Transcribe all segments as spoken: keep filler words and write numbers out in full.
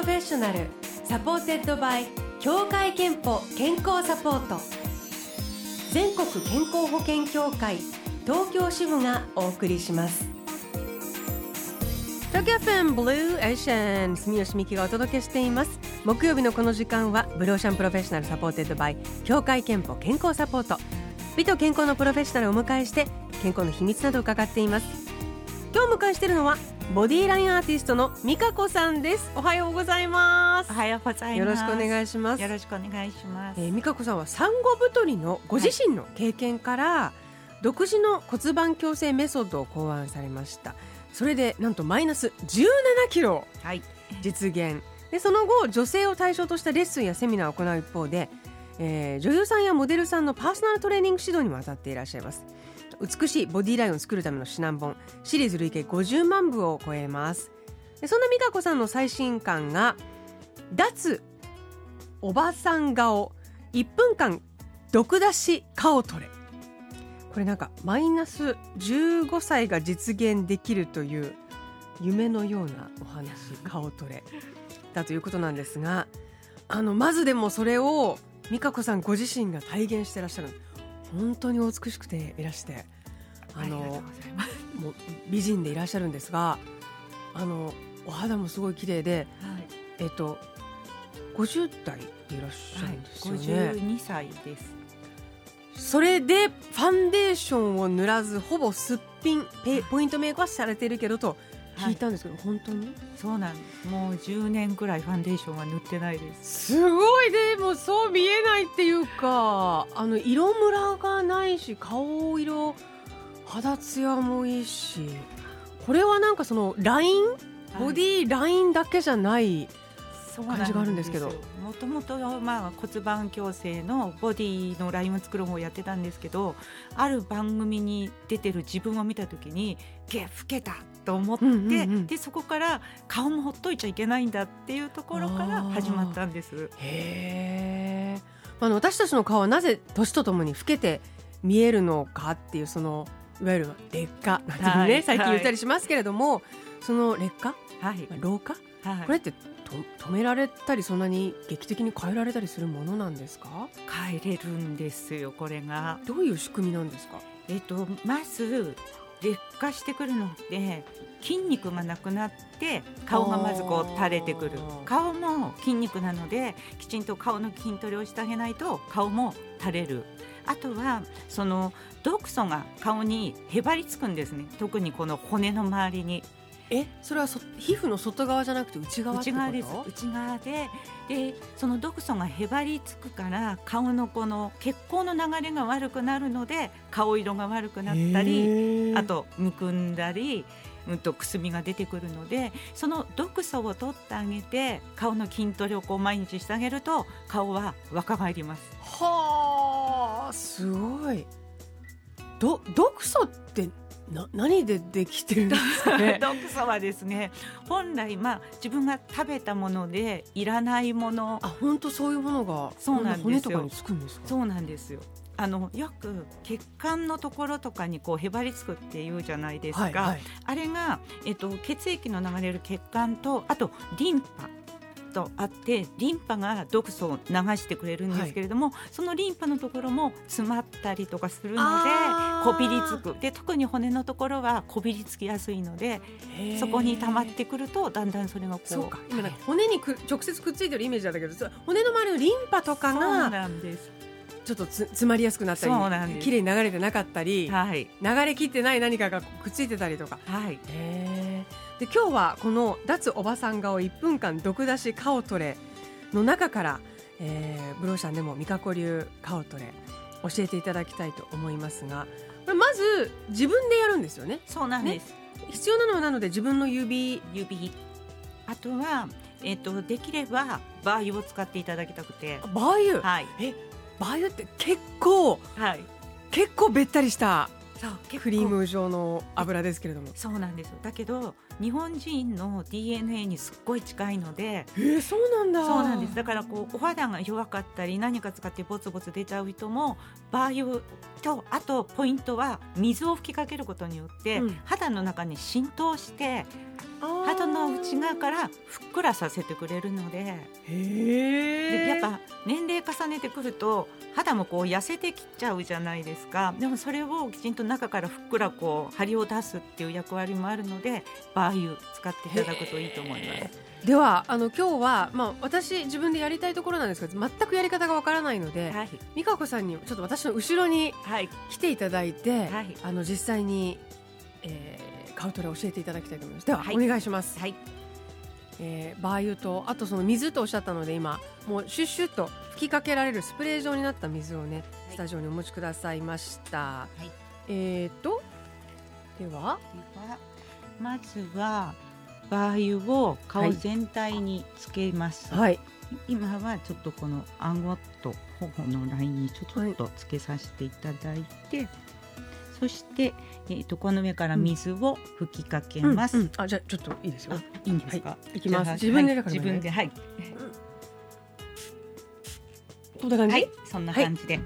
フェッショナルサポーテッドバイ協会憲法健康サポート、全国健康保険協会東京支部がお送りします。東京 エフエム ブルーエーシャン住吉美希がお届けしています。木曜日のこの時間はブルーオーシャンプロフェッショナルサポーテッドバイ協会憲法健康サポート、美と健康のプロフェッショナルをお迎えして健康の秘密などを伺っています。今日お迎えしているのはボディラインアーティストの美香子さんです。おはようございます。 おはようございます。 よろしくお願いします。 よろしくお願いします。 えー、美香子さんは産後太りのご自身の経験から、はい、独自の骨盤矯正メソッドを考案されました。それでなんとマイナスじゅうななキロ実現、はい、でその後女性を対象としたレッスンやセミナーを行う一方で、えー、女優さんやモデルさんのパーソナルトレーニング指導にも当たっていらっしゃいます。美しいボディラインを作るための指南本シリーズ累計ごじゅうまんぶを超えます。でそんな美香子さんの最新刊が脱おばさん顔いっぷんかん毒出し顔トレ。これなんかマイナスじゅうごさいが実現できるという夢のようなお話、顔トレだということなんですが、あのまずでもそれを美香子さんご自身が体現していらっしゃる。本当にお美しくていらして、あのありがとうございます。 もう美人でいらっしゃるんですが、あのお肌もすごい綺麗で、 はい、 えっとごじゅうだいでいらっしゃるんですよね、 はい、ごじゅうにさいです。 それでファンデーションを塗らずほぼすっぴんポイントメイクはされてるけどと聞いたんですけど、はい、本当にそうなんです。もうじゅうねんくらいファンデーションは塗ってないです。 すごい。でもそう見えないっていうか、あの色ムラがないし顔色肌ツヤもいいし、これはなんかそのライン、ボディラインだけじゃない感じがあるんですけど、 もともと骨盤矯正のボディのラインを作る方をやってたんですけど、ある番組に出てる自分を見た時にゲ老けたと思って、うんうんうん、でそこから顔もほっといちゃいけないんだっていうところから始まったんです。 へー、あの私たちの顔はなぜ年とともに老けて見えるのかっていう、そのいわゆる劣化なんてね、はい、最近言ったりしますけれども、はい、その劣化、はい、老化、はい、これって止められたりそんなに劇的に変えられたりするものなんですか？ 変えれるんですよ。これがどういう仕組みなんですか？ えっと、まず劣化してくるので筋肉がなくなって顔がまずこう垂れてくる。顔も筋肉なのできちんと顔の筋トレをしてあげないと顔も垂れる。あとはその毒素が顔にへばりつくんですね。特にこの骨の周りに。 え、それはそ皮膚の外側じゃなくて内側ってこと？ 内側です。内側で、でその毒素がへばりつくから顔のこの血行の流れが悪くなるので顔色が悪くなったり、あとむくんだり、うんとくすみが出てくるので、その毒素を取ってあげて顔の筋トレをこう毎日してあげると顔は若返ります。 はあ、すごい。ど毒素ってな何でできてるんですかね？ 毒素はですね、本来、まあ、自分が食べたものでいらないもの、 あ、本当そういうものがそうなんですよ。 骨とかにつくんですか？ そうなんですよ。あのよく血管のところとかにこうへばりつくっていうじゃないですか、はいはい、あれが、えっと、血液の流れる血管とあとリンパとあって、リンパが毒素を流してくれるんですけれども、はい、そのリンパのところも詰まったりとかするのでこびりつく。で特に骨のところはこびりつきやすいので、そこに溜まってくるとだんだんそれがこう、 そうか、今なんか骨にく直接くっついてるイメージだったけど、骨の周りのリンパとかがそうなんです。 ちょっとつ詰まりやすくなったり、きれいに流れてなかったり、はい、流れきってない何かがくっついてたりとか、はい、へー。で今日はこの脱おばさん顔いっぷんかん毒出し顔トレの中から、えー、ブローシャンでも美香子流顔トレ教えていただきたいと思いますが、まず自分でやるんですよね？ そうなんです、ね、 必要なのはなので自分の指指あとは、えー、とできればバー油を使っていただきたくて。 バー油、はい、えバー油って結構、はい、結構べったりしたクリーム状の油ですけれども。 そうなんですよ。だけど日本人の ディーエヌエー にすっごい近いので、 えー、そうなんだ。 そうなんです。だからこうお肌が弱かったり何か使ってボツボツ出ちゃう人もバー油と、あとポイントは水を吹きかけることによって、うん、肌の中に浸透して肌の内側からふっくらさせてくれるので、 へでやっぱ年齢重ねてくると肌もこう痩せてきちゃうじゃないですか。でもそれをきちんと中からふっくらこう張りを出すっていう役割もあるので、バー油使っていただくといいと思います。 ではあの今日は、まあ、私自分でやりたいところなんですけど全くやり方がわからないので、はい、美香子さんにちょっと私の後ろに来ていただいて、はい、あの実際に、えー、顔トレを教えていただきたいと思います。では、はい、お願いします。はい、えー、バー油とあとその水とおっしゃったので、今もうシュッシュッと吹きかけられるスプレー状になった水をね、スタジオにお持ちくださいました。はい、えーとでは、ではまずはバー油を顔全体につけます。はい、今はちょっとこの顎と頬のラインにちょっとつけさせていただいて、はい、そして、えー、とこの上から水を吹きかけます。 うんうんうん、あ、じゃあちょっといいですよ。 いいんですか。はい、 いきます。自分で、 はい、自分で、はい。 こんな感じ。 はい、そんな感じで。はい、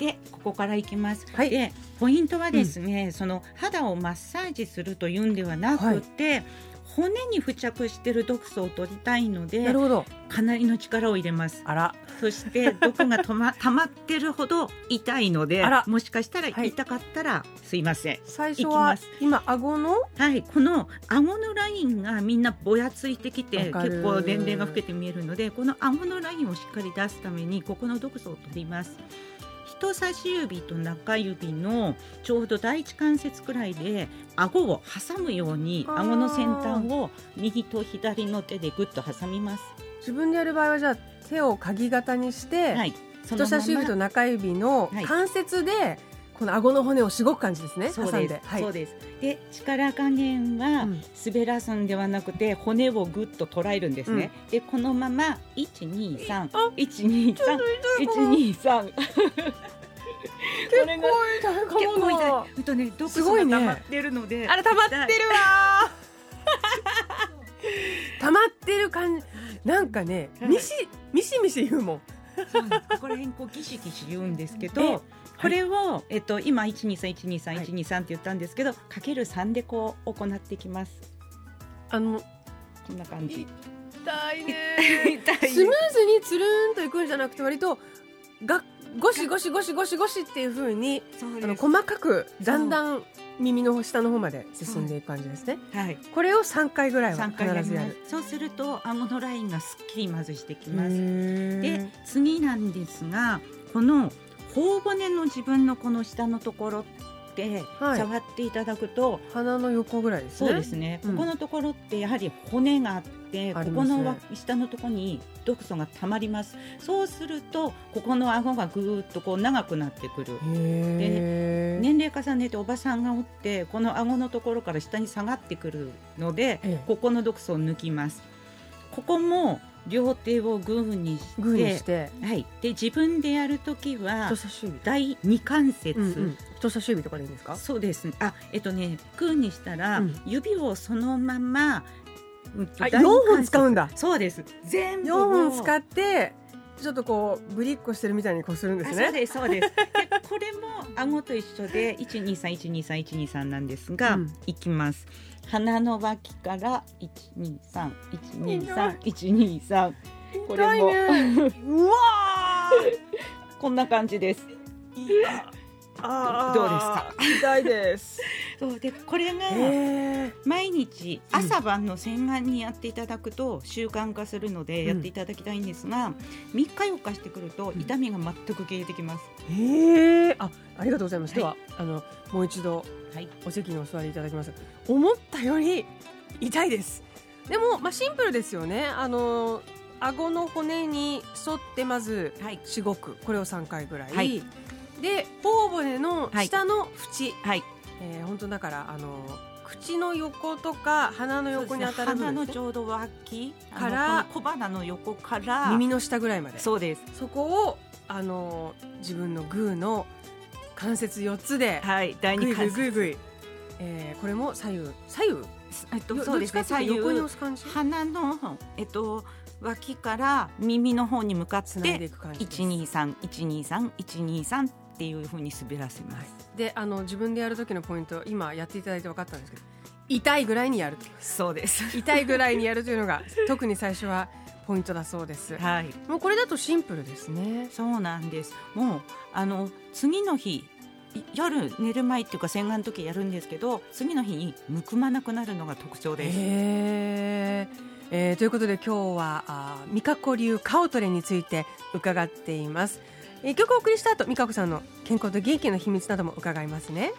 でここからいきます。はい、でポイントはですね、うん、その肌をマッサージするというんではなくて、はい、骨に付着している毒素を取りたいので、なるほど、かなりの力を入れます。あら、そして毒がと、ま、溜まってるほど痛いので、もしかしたら痛かったら、はい、すいません。 最初は今顎の、 はい、この顎のラインがみんなぼやついてきて結構年齢が老けて見えるので、この顎のラインをしっかり出すためにここの毒素を取ります。人差し指と中指のちょうど第一関節くらいで顎を挟むように、顎の先端を右と左の手でグッと挟みます。 自分でやる場合はじゃあ手をかぎ型にして、はい、人差し指と中指の関節でこの顎の骨をしごく感じですね。 そうです、挟んで、はい、そうです。で力加減は滑らすんではなくて、うん、骨をグッと捉えるんですね。うん、でこのままいちにさん いちにさん いちにさん結構痛いかも。結構痛い。とね、毒素が溜まってるので、 ね、あれ溜まってるわ溜まってる感じなんかね、ミシミシミシ言うもん。 そうなん、ここら辺こうギシギシ言うんですけど、これを、はい、えっと、今いちにさんいちにさんいちにさんって言ったんですけど、かけるさんでこう行っていきます。 あのこんな感じ。 痛いね痛い。スムーズにつるんといくんじゃなくて、割とがゴシゴシゴシゴシゴシっていう風に、あの細かくだんだん耳の下の方まで進んでいく感じですね。はい、これをさんかいぐらいは必ずやる。 そうすると顎のラインがすっきりまずしてきます。で次なんですが、この頬骨の自分のこの下のところって触っていただくと、はい、 鼻の横ぐらいですね。 そうですね、うん、ここのところってやはり骨があって、ここの下のところに毒素がたまります。そうするとここの顎がぐーっとこう長くなってくる。で年齢重ねておばさんがおって、この顎のところから下に下がってくるので、ここの毒素を抜きます。ここも両手をグーにして、グーにして、はい、で自分でやるときは人差し指、 第二関節、うんうん、 人差し指とかでいいんですか？ そうです。あ、えっとね、グーにしたら、うん、指をそのまま、 うん、あ、よんほん使うんだ。 そうです。全部よんほん使ってちょっとこうぶりっこしてるみたいにこうするんですね。 そうですそうです。でこれも顎と一緒でいちにさんいちにさんいちにさんなんですが、うん、いきます。鼻の脇からいちにさん いちにさん いちにさん、これも、ね、うわこんな感じです。いやあどうですか？ 痛いです。 そうで、これが毎日朝晩の洗顔にやっていただくと習慣化するのでやっていただきたいんですが、うん、みっかよっかしてくると痛みが全く消えてきます。 へー、あ、ありがとうございます。はい、ではあのもう一度、はい、お席にお座りいただきます。思ったより痛いです。でも、まあ、シンプルですよね。あの顎の骨に沿ってまずしごく、これをさんかいぐらい、はい、で頬骨の下の縁、はい、えー、本当だからあの口の横とか鼻の横に当たる部分ですね。 鼻のちょうど脇から小鼻の横から耳の下ぐらいまで。 そうです。 そこをあの自分のグーの関節よっつで、はい、第二関節グイグイグイグイ、えー、これも左右左右、 えっと、そうですね、左右横に押す感じ。 鼻の、えっと、脇から耳の方に向かっていちにさん いちにさん いちにさんっていう風に滑らせます。 で、あの自分でやる時のポイント、今やっていただいて分かったんですけど、 痛いぐらいにやる。 そうです痛いぐらいにやるというのが特に最初はポイントだそうです、 はい、 もうこれだとシンプルですね。 そうなんです。もうあの次の日夜寝る前っていうか洗顔の時やるんですけど、次の日にむくまなくなるのが特徴です。 へーえー、ということで今日はあ美香子流顔トレについて伺っています。えー、曲をお送りした後、美香子さんの健康と元気の秘密なども伺いますね。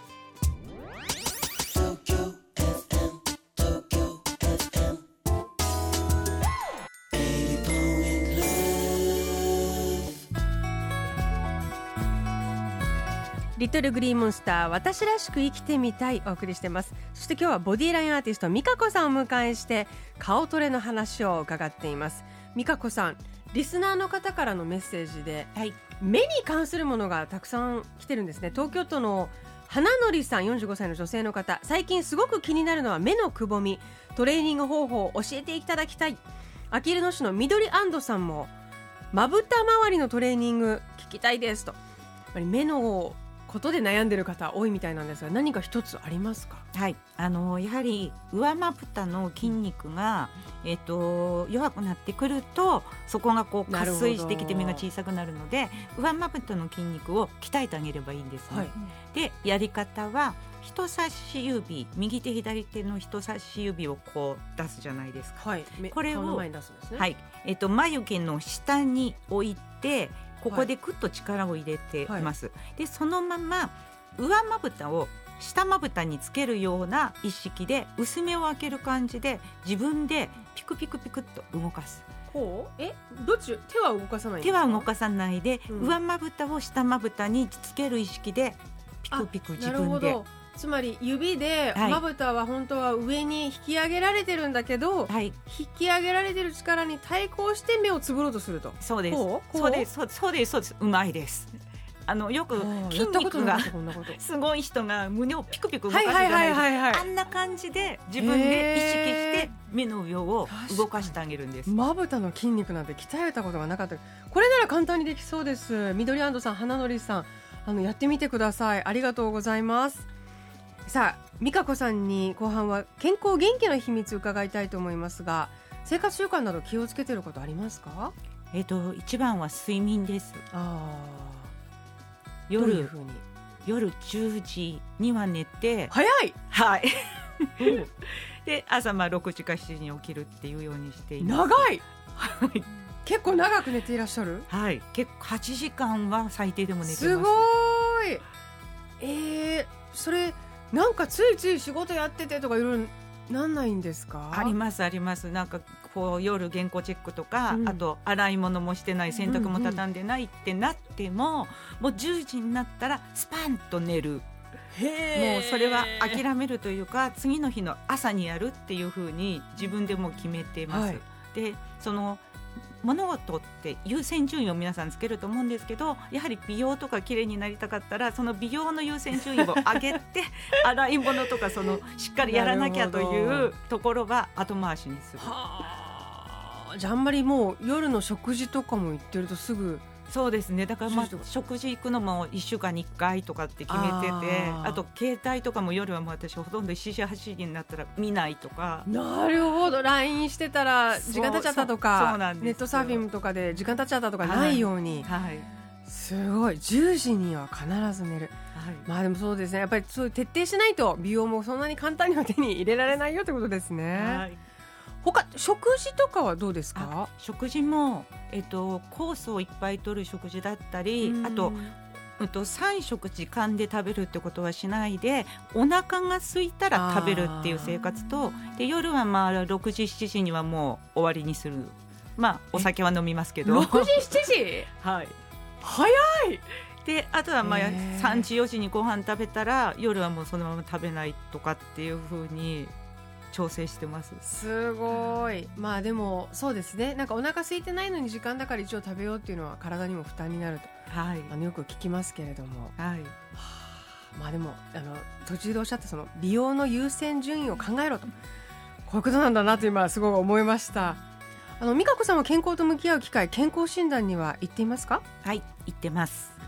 リトルグリーンモンスター、私らしく生きてみたい、お送りしてます。そして今日はボディラインアーティスト美香子さんをお迎えして顔トレの話を伺っています。美香子さん、リスナーの方からのメッセージで、はい、目に関するものがたくさん来てるんですね。東京都の花のりさん、よんじゅうごさいの女性の方、最近すごく気になるのは目のくぼみ、トレーニング方法を教えていただきたい。あきる野市の緑アンドさんも、まぶた周りのトレーニング聞きたいですと。やっぱり目のことで悩んでる方多いみたいなんですが、何か一つありますか？ はい、あのやはり上まぶたの筋肉が、えー、と弱くなってくると、そこがこう下垂してきて目が小さくなるので、上まぶたの筋肉を鍛えてあげればいいんですね、はい、でやり方は人差し指、右手左手の人差し指をこう出すじゃないですか、はい、これを顔の前に出すんですね、はい、えー、と眉毛の下に置いて、ここでクッと力を入れています、はい、でそのまま上まぶたを下まぶたにつけるような意識で薄めを開ける感じで自分でピクピクピクっと動かす。 こうえどっち手は動かさないんですか？ 手は動かさないで、うん、上まぶたを下まぶたにつける意識でピクピク自分で。なるほど。 つまり指でまぶたは本当は上に引き上げられてるんだけど、はい、引き上げられてる力に対抗して目をつぶろうとすると。 そうです。こうこうそうですそうですそうです。うまいです。あのよく筋肉がすごい人が胸をピクピク動かすじゃないですか。あんな感じで自分で意識して目の上を動かしてあげるんです。 まぶたの筋肉なんて鍛えたことがなかった。これなら簡単にできそうです。緑アンドさん、花のりさん、あのやってみてください。ありがとうございます。さあ、美香子さんに後半は健康元気の秘密伺いたいと思いますが、生活習慣など気をつけていることありますか？ えーと、一番は睡眠です。あ夜どういうふうに夜じゅうじには寝て、 早い、 はいで朝まあろくじかしちじに起きるっていうようにしています。 長い結構長く寝ていらっしゃる？ はい、結構はちじかんは最低でも寝てます。 すごい。えー、それなんかついつい仕事やっててとかいろいろなんないんですか？ ありますあります。なんかこう夜原稿チェックとか、うん、あと洗い物もしてない、洗濯も畳んでないってなっても、うんうん、もうじゅうじになったらスパンと寝る。へもうそれは諦めるというか、次の日の朝にやるっていう風に自分でも決めてます、はい、でその物事って優先順位を皆さんつけると思うんですけど、やはり美容とか綺麗になりたかったらその美容の優先順位を上げて洗い物とかそのしっかりやらなきゃというところは後回しにする。 はあ、じゃああんまりもう夜の食事とかも行ってるとすぐ。 そうですね。だから、まあ、食事行くのもいっしゅうかんにいっかいとかって決めてて、 あ, あと携帯とかも夜はもう私ほとんどしちじはちじになったら見ないとか。 なるほど。 ライン してたら時間経っちゃったとか、ネットサーフィンとかで時間経っちゃったとかないように、はいはい、すごい。じゅうじには必ず寝る、はい、まあでもそうですね。やっぱりそういう徹底しないと美容もそんなに簡単には手に入れられないよってことですね、はい。他食事とかはどうですか？ 食事も、えっと、酵素をいっぱい摂る食事だったり、あと、えっと、さん食時間で食べるってことはしないで、お腹が空いたら食べるっていう生活と、で夜はまあろくじしちじにはもう終わりにする。まあお酒は飲みますけど。 ろくじしちじはい、 早い。 であとはまあさんじよじにご飯食べたら夜はもうそのまま食べないとかっていう風に調整してます。 すごい。まあでもそうですね。なんかお腹空いてないのに時間だから一応食べようっていうのは体にも負担になると、はい、あのよく聞きますけれども、はい、はあ、まあでもあの途中でおっしゃったその美容の優先順位を考えろと、こういうことなんだなと今すごい思いました。あの美香子さんは健康と向き合う機会、健康診断には行っていますか？ はい、行ってます。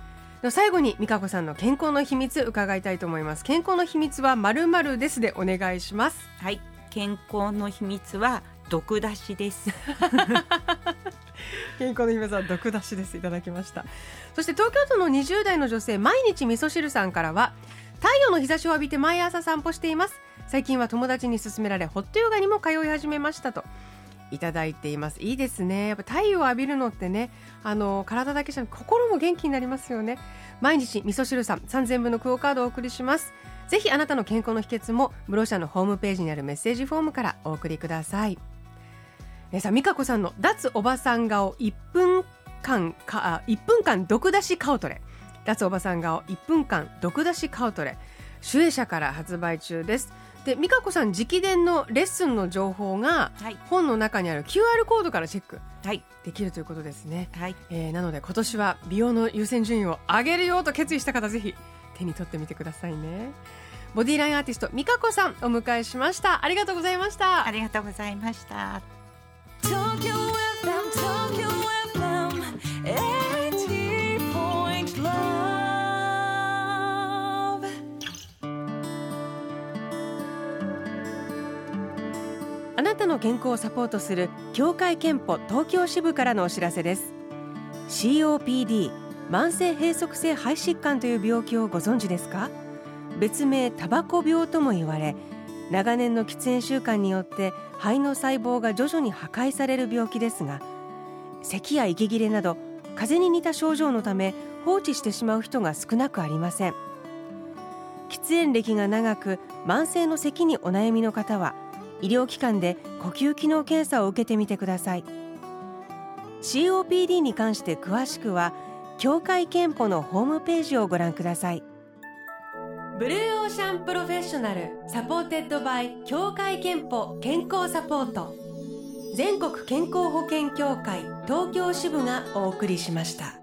最後に美香子さんの健康の秘密伺いたいと思います。健康の秘密は〇〇ですでお願いします。 はい、健康の秘密は毒出しです健康の秘密は毒出しです。いただきました。そして東京都のにじゅう代の女性、毎日味噌汁さんからは、太陽の日差しを浴びて毎朝散歩しています。最近は友達に勧められホットヨガにも通い始めましたといただいています。いいですね。やっぱ太陽を浴びるのってね、あの体だけじゃなく心も元気になりますよね。毎日味噌汁さんさんぜんぶのクオカードをお送りします。ぜひあなたの健康の秘訣も室社のホームページにあるメッセージフォームからお送りください。えさあ、美香子さんの脱おばさん顔いっぷんかんかいっぷんかん毒出し顔トレ、脱おばさん顔いっぷんかん毒出し顔トレ、集英社から発売中です。で、美香子さん直伝のレッスンの情報が、はい、本の中にある キューアール コードからチェックできるということですね。はい、えー、なので今年は美容の優先順位を上げるよと決意した方、ぜひ手に取ってみてくださいね。ボディラインアーティスト美香子さんお迎えしました。ありがとうございました。 ありがとうございました。 東京 エフエム 東京 エフエム エイティーポイント Love。 あなたの健康をサポートする協会憲法東京支部からのお知らせです。 シーオーピーディー 慢性閉塞性肺疾患という病気をご存知ですか？別名タバコ病とも言われ、長年の喫煙習慣によって肺の細胞が徐々に破壊される病気ですが、咳や息切れなど風邪に似た症状のため放置してしまう人が少なくありません。喫煙歴が長く慢性の咳にお悩みの方は、医療機関で呼吸機能検査を受けてみてください。 シーオーピーディー に関して詳しくは協会憲法のホームページをご覧ください。ブルーオーシャンプロフェッショナルサポーテッドバイ協会憲法健康サポート、全国健康保険協会東京支部がお送りしました。